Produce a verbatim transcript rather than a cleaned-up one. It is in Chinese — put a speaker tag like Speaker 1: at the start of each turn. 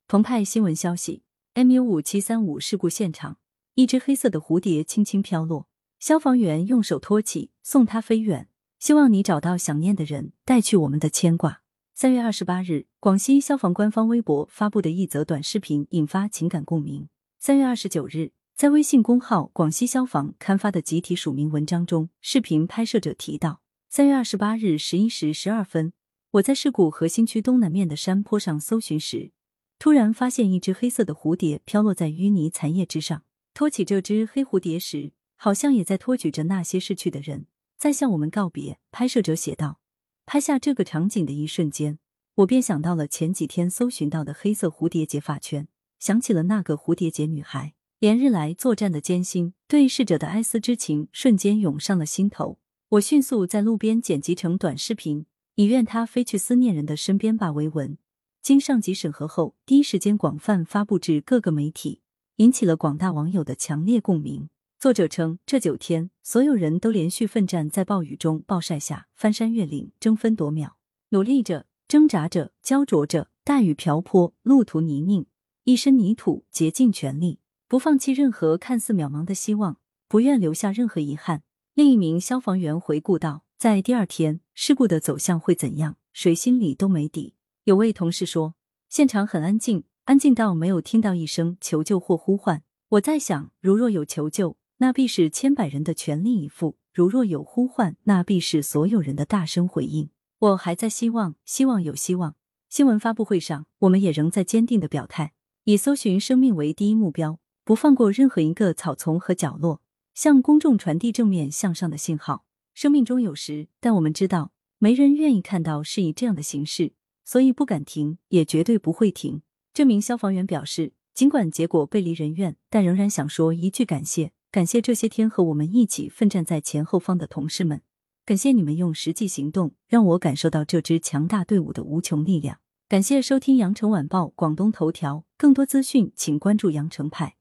Speaker 1: 澎湃新闻消息 ，M U 五七三五事故现场，一只黑色的蝴蝶轻轻飘落，消防员用手托起，送它飞远。希望你找到想念的人，带去我们的牵挂。三月二十八日，广西消防官方微博发布的一则短视频引发情感共鸣。三月二十九日，在微信公号广西消防刊发的集体署名文章中，视频拍摄者提到，三月二十八日十一时十二分，我在事故核心区东南面的山坡上搜寻时，突然发现一只黑色的蝴蝶飘落在淤泥残叶之上。托起这只黑蝴蝶时，好像也在托举着那些逝去的人，在向我们告别。拍摄者写道，拍下这个场景的一瞬间，我便想到了前几天搜寻到的黑色蝴蝶结发圈，想起了那个蝴蝶结女孩连日来作战的艰辛，对逝者的哀思之情瞬间涌上了心头。我迅速在路边剪辑成短视频，以愿他飞去思念人的身边吧为文。经上级审核后，第一时间广泛发布至各个媒体，引起了广大网友的强烈共鸣。作者称，这九天，所有人都连续奋战在暴雨中、暴晒下，翻山越岭，争分夺秒，努力着，挣扎着，焦灼着，大雨瓢泼，路途泥泞，一身泥土，竭尽全力，不放弃任何看似渺茫的希望，不愿留下任何遗憾。另一名消防员回顾道，在第二天，事故的走向会怎样，谁心里都没底。有位同事说，现场很安静，安静到没有听到一声求救或呼唤。我在想，如若有求救，那必是千百人的全力以赴，如若有呼唤，那必是所有人的大声回应。我还在希望，希望有希望。新闻发布会上，我们也仍在坚定地表态，以搜寻生命为第一目标，不放过任何一个草丛和角落，向公众传递正面向上的信号。生命中有时，但我们知道，没人愿意看到是以这样的形式，所以不敢停，也绝对不会停。这名消防员表示，尽管结果背离人愿，但仍然想说一句感谢。感谢这些天和我们一起奋战在前后方的同事们，感谢你们用实际行动让我感受到这支强大队伍的无穷力量。感谢收听羊城晚报广东头条，更多资讯请关注羊城派。